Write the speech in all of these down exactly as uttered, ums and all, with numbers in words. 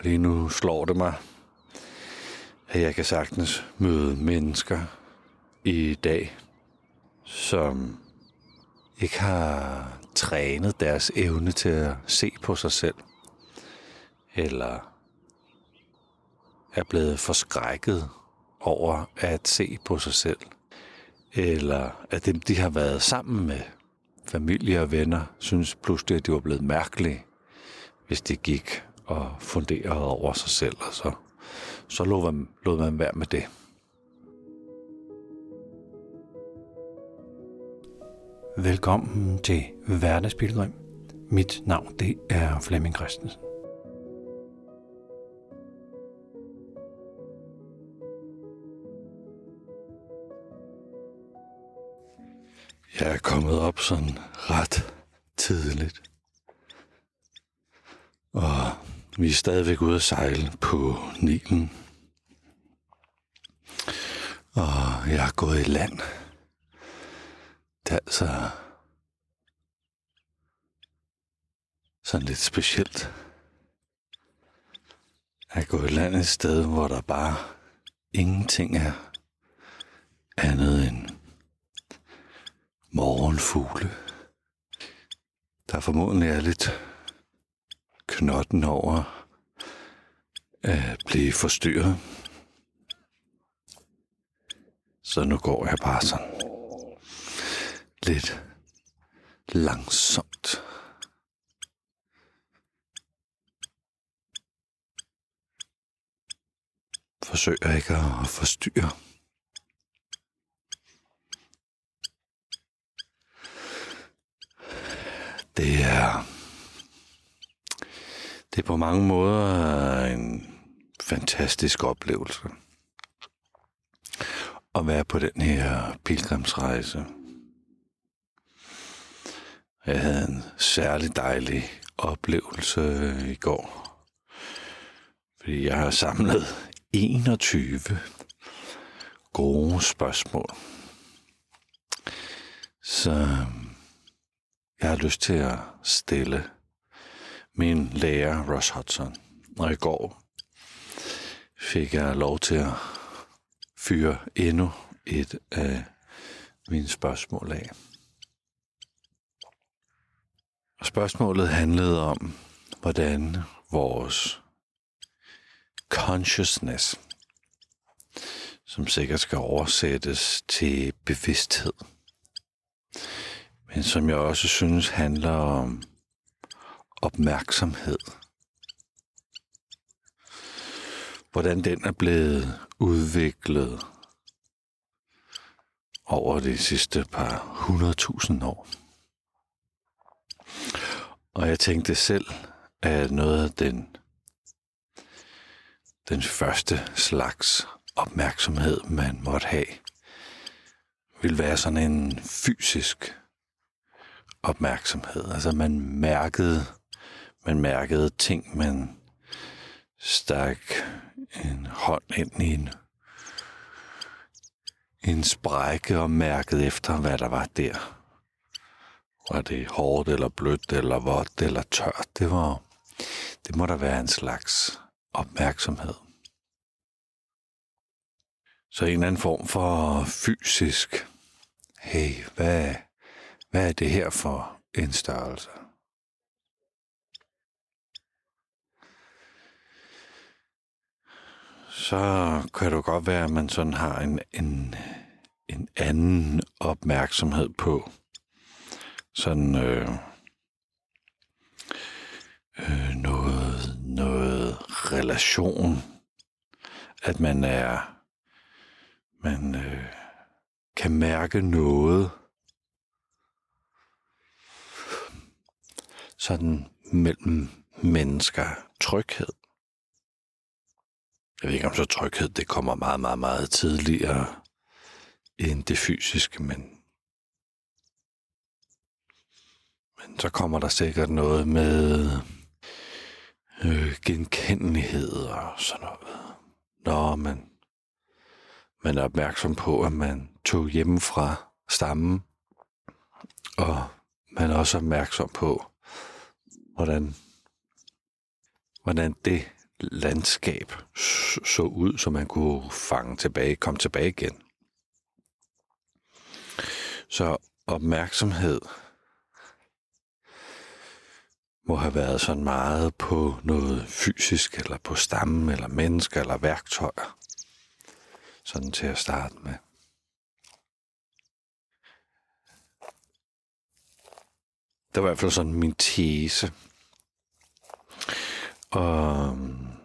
Fordi nu slår det mig, at jeg kan sagtens møde mennesker i dag, som ikke har trænet deres evne til at se på sig selv, eller er blevet forskrækket over at se på sig selv, eller at dem, de har været sammen med, familie og venner, synes pludselig, at de var blevet mærkelige, hvis de gik og funderede over sig selv, og så, så lod, man, lod man være med det. Velkommen til Hverdagspilgrim. Mit navn det er Flemming Christensen. Jeg er kommet op sådan ret tidligt. Og vi er stadigvæk ude at sejle på Nilen. Og jeg er gået i land. Det er altså sådan lidt specielt. Jeg er gået i land et sted, hvor der bare ingenting er andet end morgenfugle. Der formodentlig er lidt knotten over at blive forstyrret. Så nu går jeg bare sådan lidt langsomt. Forsøger ikke at forstyrre. Det er, det er på mange måder en fantastisk oplevelse at være på den her pilgrimsrejse. Jeg havde en særlig dejlig oplevelse i går, fordi jeg har samlet enogtyve gode spørgsmål. Så jeg har lyst til at stille min lærer Russ Hudson. Og i går fik jeg lov til at fyre endnu et af mine spørgsmål af. Og spørgsmålet handlede om, hvordan vores consciousness, som sikkert skal oversættes til bevidsthed, men som jeg også synes handler om opmærksomhed. Hvordan den er blevet udviklet over de sidste par hundredtusind år. Og jeg tænkte selv, at noget af den, den første slags opmærksomhed, man måtte have, ville være sådan en fysisk opmærksomhed. Altså man mærkede, man mærkede ting, man stak en hånd ind i en, en sprække og mærkede efter, hvad der var der. Var det hårdt eller blødt eller vådt eller tørt? Det var, det må der være en slags opmærksomhed. Så en eller anden form for fysisk, hey, hvad Hvad er det her for en størrelse? Så kan det godt være, at man sådan har en, en, en anden opmærksomhed på sådan øh, øh, noget, noget relation, at man er, man øh, kan mærke noget, sådan mellem mennesker. Tryghed. Jeg ved ikke om så tryghed, det kommer meget, meget, meget tidligere end det fysiske, men, men så kommer der sikkert noget med øh, genkendelighed og sådan noget. Når man, man er opmærksom på, at man tog hjemme fra stammen, og man er også opmærksom på, hvordan, hvordan det landskab så ud, så man kunne fange tilbage, komme tilbage igen. Så opmærksomhed må have været sådan meget på noget fysisk, eller på stammen, eller mennesker, eller værktøjer. Sådan til at starte med. Det var i hvert fald sådan min tese. Og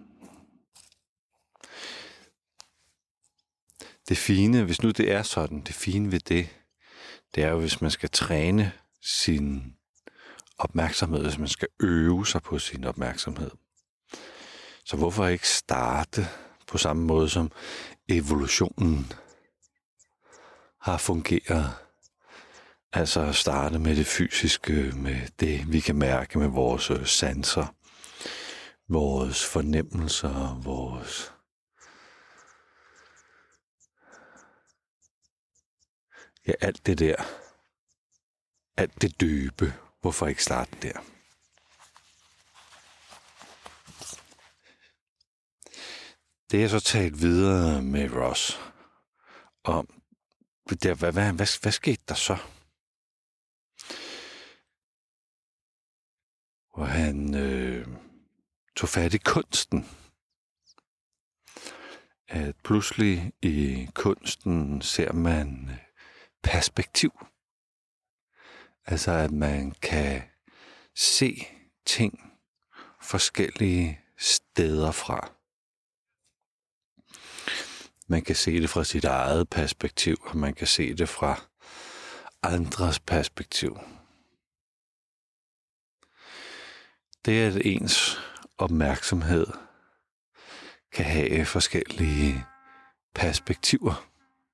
det fine, hvis nu det er sådan, det fine ved det, det er jo, hvis man skal træne sin opmærksomhed, hvis man skal øve sig på sin opmærksomhed. Så hvorfor ikke starte på samme måde som evolutionen har fungeret? Altså starte med det fysiske, med det vi kan mærke med vores sanser, vores fornemmelser, vores ja, alt det der, alt det dybe. Hvorfor ikke starte der? Det er så talt videre med Ross om, der, hvad, hvad, hvad, hvad skete der så? Hvor han øh, tog fat i kunsten. At pludselig i kunsten ser man perspektiv. Altså at man kan se ting forskellige steder fra. Man kan se det fra sit eget perspektiv, og man kan se det fra andres perspektiv. Det er, at ens opmærksomhed kan have forskellige perspektiver.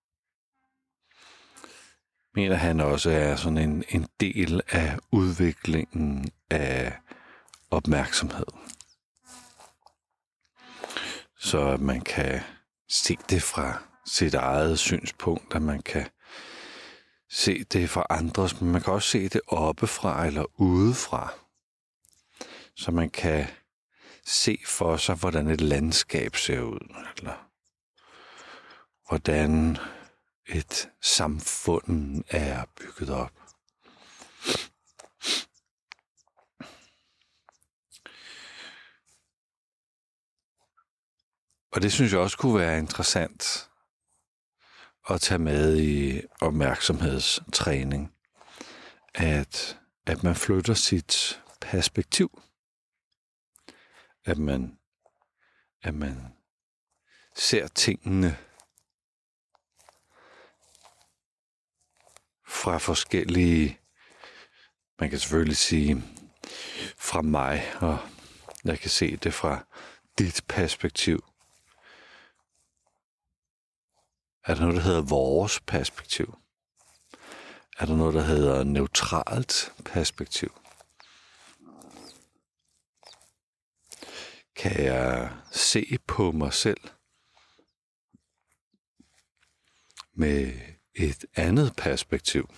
Mener han også er sådan en, en del af udviklingen af opmærksomhed. Så at man kan se det fra sit eget synspunkt, at man kan se det fra andres, men man kan også se det oppefra eller udefra. Så man kan se for sig, hvordan et landskab ser ud, eller hvordan et samfund er bygget op. Og det synes jeg også kunne være interessant at tage med i opmærksomhedstræning. At, at man flytter sit perspektiv. At man, at man ser tingene fra forskellige, man kan selvfølgelig sige fra mig, og jeg kan se det fra dit perspektiv. Er der noget, der hedder vores perspektiv? Er der noget, der hedder neutralt perspektiv? Kan jeg se på mig selv med et andet perspektiv?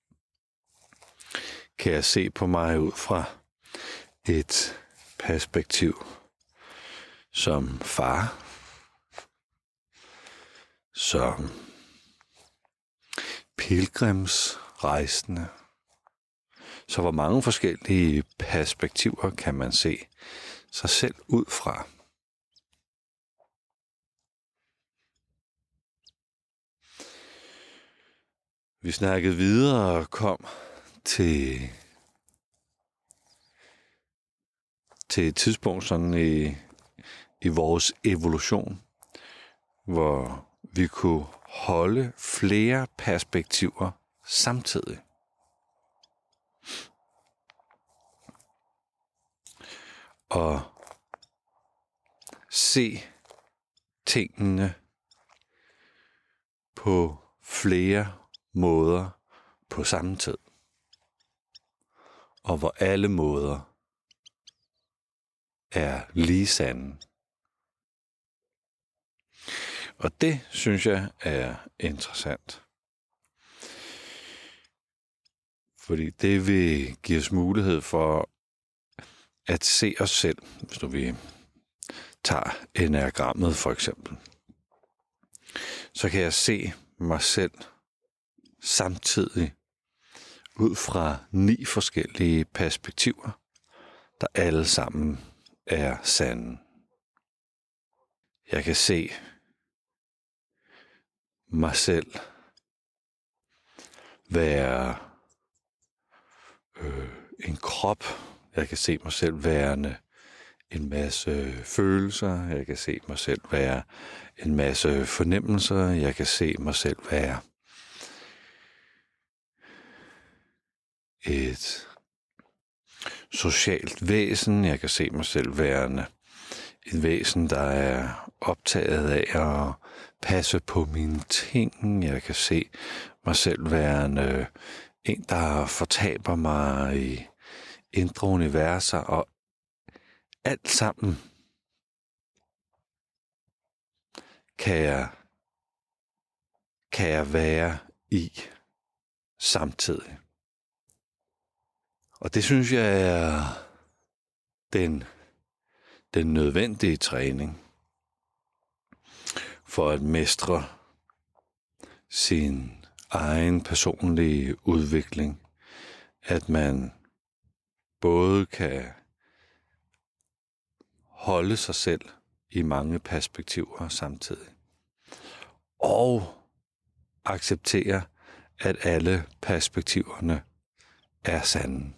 Kan jeg se på mig ud fra et perspektiv som far, som pilgrimsrejsende? Så hvor mange forskellige perspektiver kan man se sig selv ud fra? Vi snakkede videre og kom til, til et tidspunkt sådan i, i vores evolution, hvor vi kunne holde flere perspektiver samtidig. Og se tingene på flere måder på samme tid. Og hvor alle måder er lige sande. Og det synes jeg er interessant. Fordi det vil give os mulighed for at se os selv, hvis nu vi tager enagrammet for eksempel, så kan jeg se mig selv samtidig ud fra ni forskellige perspektiver, der alle sammen er sande. Jeg kan se mig selv være øh, en krop. Jeg kan se mig selv værende en masse følelser. Jeg kan se mig selv være en masse fornemmelser. Jeg kan se mig selv være et socialt væsen. Jeg kan se mig selv værende et væsen, der er optaget af at passe på mine ting. Jeg kan se mig selv værende en, der fortaber mig i indre universer, og alt sammen kan jeg, kan jeg være i samtidig. Og det synes jeg er den, den nødvendige træning for at mestre sin egen personlige udvikling. At man både kan holde sig selv i mange perspektiver samtidig, og acceptere, at alle perspektiverne er sande.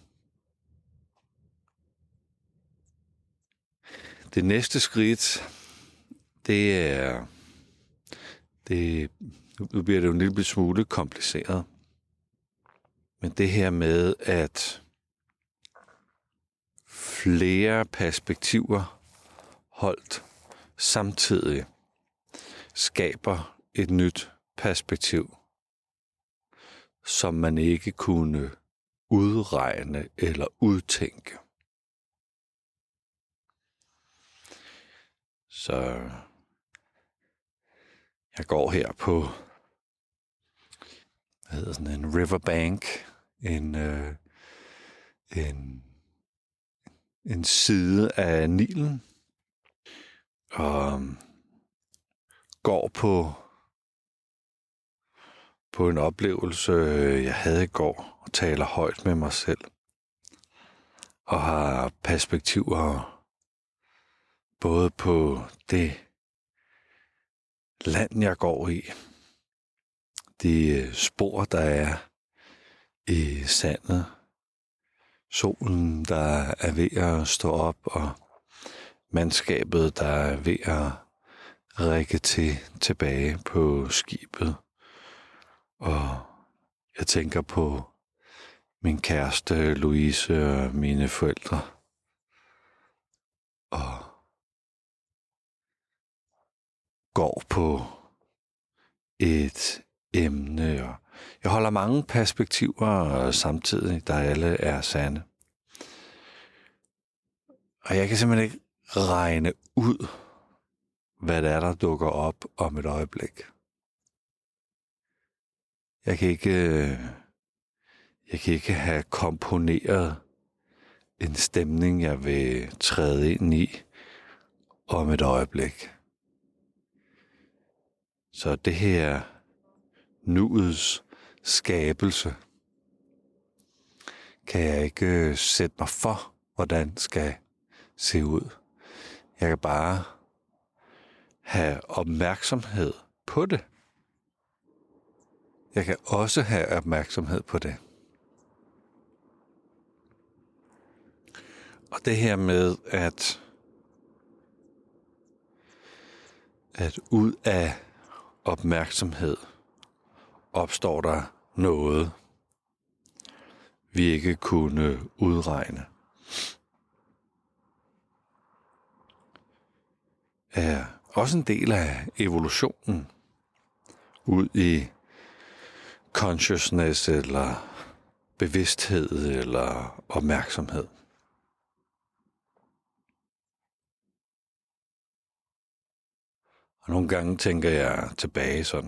Det næste skridt, det er, det, nu bliver det jo en lille smule kompliceret, men det her med, at flere perspektiver holdt samtidig skaber et nyt perspektiv, som man ikke kunne udregne eller udtænke. Så jeg går her på, hvad hedder sådan en riverbank, en, øh, en, en side af Nilen, og går på, på en oplevelse, jeg havde i går, og taler højt med mig selv, og har perspektiver både på det land, jeg går i, de spor, der er i sandet, solen, der er ved at stå op, og mandskabet, der er ved at række til tilbage på skibet. Og jeg tænker på min kæreste Louise og mine forældre. Og går på et emne, og jeg holder mange perspektiver samtidig, der alle er sande. Og jeg kan simpelthen ikke regne ud, hvad det er, der dukker op om et øjeblik. Jeg kan ikke, jeg kan ikke have komponeret en stemning, jeg vil træde ind i om et øjeblik. Så det her nuets skabelse kan jeg ikke sætte mig for, hvordan det skal se ud. Jeg kan bare have opmærksomhed på det. Jeg kan også have opmærksomhed på det. Og det her med, at, at ud af opmærksomhed opstår der noget, vi ikke kunne udregne, er også en del af evolutionen ud i consciousness eller bevidsthed eller opmærksomhed. Og nogle gange tænker jeg tilbage sådan.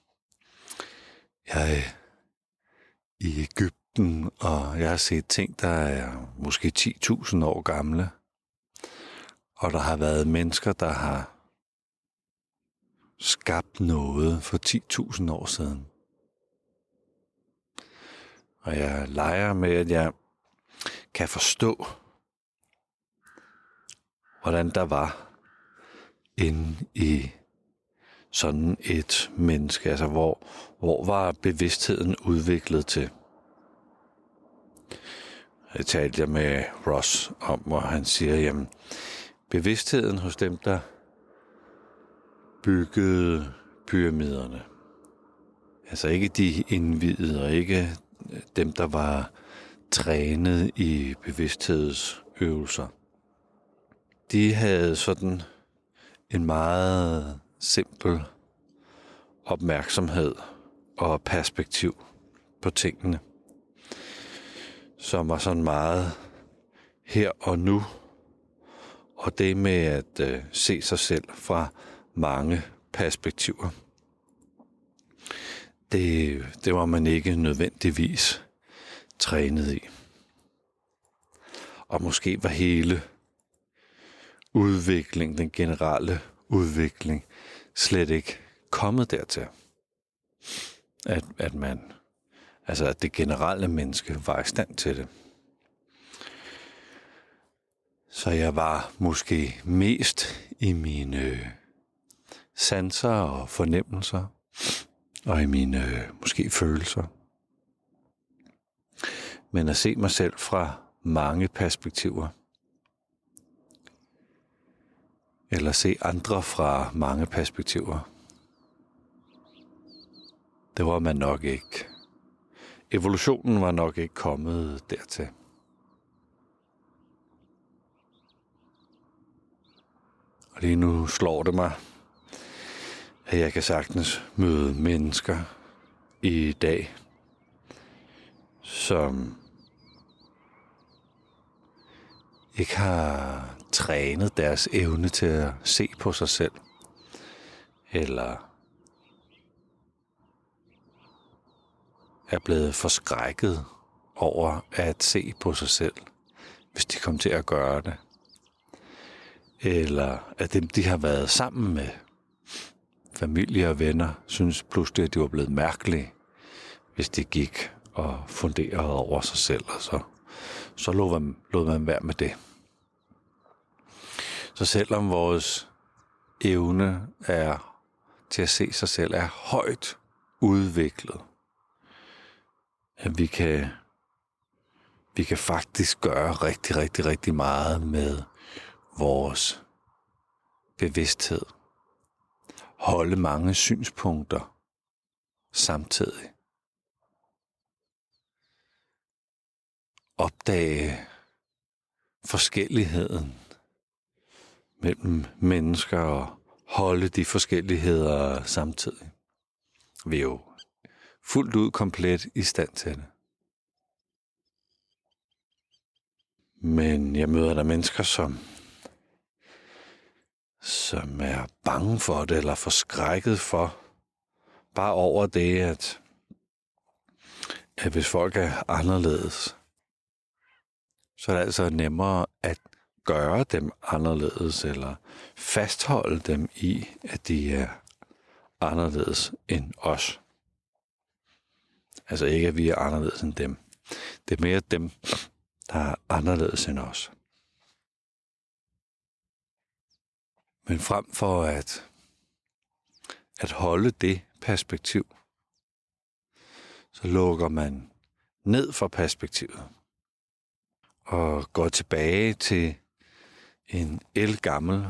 Jeg er i Egypten, og jeg har set ting, der er måske ti tusind år gamle. Og der har været mennesker, der har skabt noget for ti tusind år siden. Og jeg leger med, at jeg kan forstå, hvordan der var inde i sådan et menneske. Altså, hvor, hvor var bevidstheden udviklet til? Jeg talte jeg med Ross om, hvor han siger, jamen, bevidstheden hos dem, der byggede pyramiderne. Altså ikke de indvidede, og ikke dem, der var trænet i bevidsthedsøvelser. De havde sådan en meget simpel opmærksomhed og perspektiv på tingene, som var sådan meget her og nu, og det med at øh, se sig selv fra mange perspektiver. Det, det var man ikke nødvendigvis trænet i. Og måske var hele udvikling, den generelle udvikling, slet ikke kommet dertil. At, at man, altså at det generelle menneske var i stand til det. Så jeg var måske mest i mine sanser og fornemmelser, og i mine måske følelser. Men at se mig selv fra mange perspektiver, eller se andre fra mange perspektiver, det var man nok ikke. Evolutionen var nok ikke kommet dertil. Og lige nu slår det mig, at jeg kan sagtens møde mennesker i dag, som ikke har trænet deres evne til at se på sig selv, eller er blevet forskrækket over at se på sig selv, hvis de kom til at gøre det. Eller at dem, de har været sammen med, familie og venner, synes pludselig, at de var blevet mærkelige, hvis de gik og funderede over sig selv, og så, så lod, man, lod man være med det. Så selvom vores evne er til at se sig selv er højt udviklet, at vi kan, vi kan faktisk gøre rigtig, rigtig, rigtig meget med vores bevidsthed. Holde mange synspunkter samtidig. Opdage forskelligheden mellem mennesker og holde de forskelligheder samtidig. Vi er jo fuldt ud komplet i stand til det. Men jeg møder der mennesker, som som er bange for det, eller forskrækket for, bare over det, at, at hvis folk er anderledes, så er det altså nemmere at gøre dem anderledes, eller fastholde dem i, at de er anderledes end os. Altså ikke, at vi er anderledes end dem. Det er mere dem, der er anderledes end os. Men frem for at, at holde det perspektiv, så lukker man ned for perspektivet og går tilbage til en ældgammel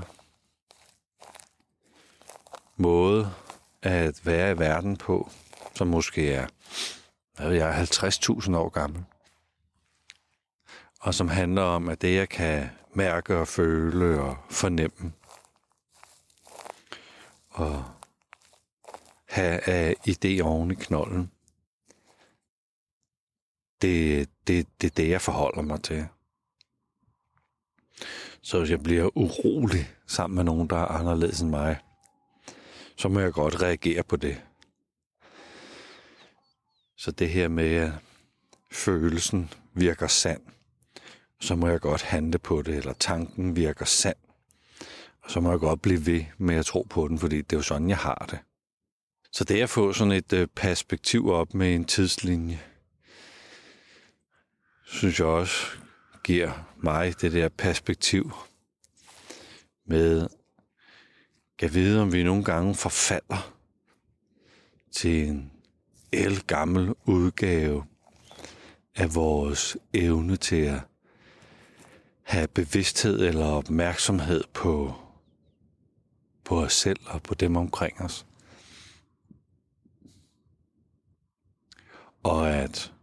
måde at være i verden på, som måske er, hvad ved jeg, halvtreds tusind år gammel. Og som handler om, at det jeg kan mærke og føle og fornemme, og have af idé oven i knolden. Det, det, det er det, jeg forholder mig til. Så hvis jeg bliver urolig sammen med nogen, der er anderledes end mig, så må jeg godt reagere på det. Så det her med, at følelsen virker sand, så må jeg godt handle på det, eller tanken virker sand, Og så må jeg godt blive ved med at tro på den, fordi det er jo sådan, jeg har det. Så det at få sådan et perspektiv op med en tidslinje, synes jeg også giver mig det der perspektiv med at vide, om vi nogle gange forfalder til en ældgammel udgave af vores evne til at have bevidsthed eller opmærksomhed på, på os selv og på dem omkring os. Og at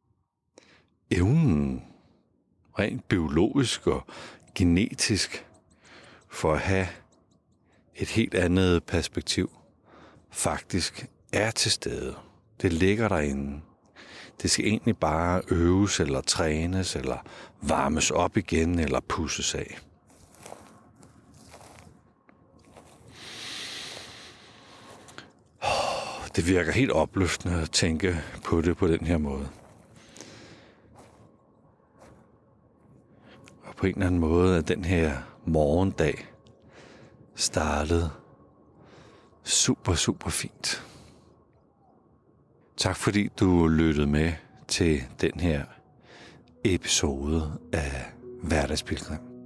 evnen rent biologisk og genetisk for at have et helt andet perspektiv faktisk er til stede. Det ligger derinde. Det skal egentlig bare øves eller trænes eller varmes op igen eller pusses af. Det virker helt opløftende at tænke på det på den her måde. Og på en eller anden måde er den her morgendag startet super, super fint. Tak fordi du lyttede med til den her episode af Hverdagspilgrim.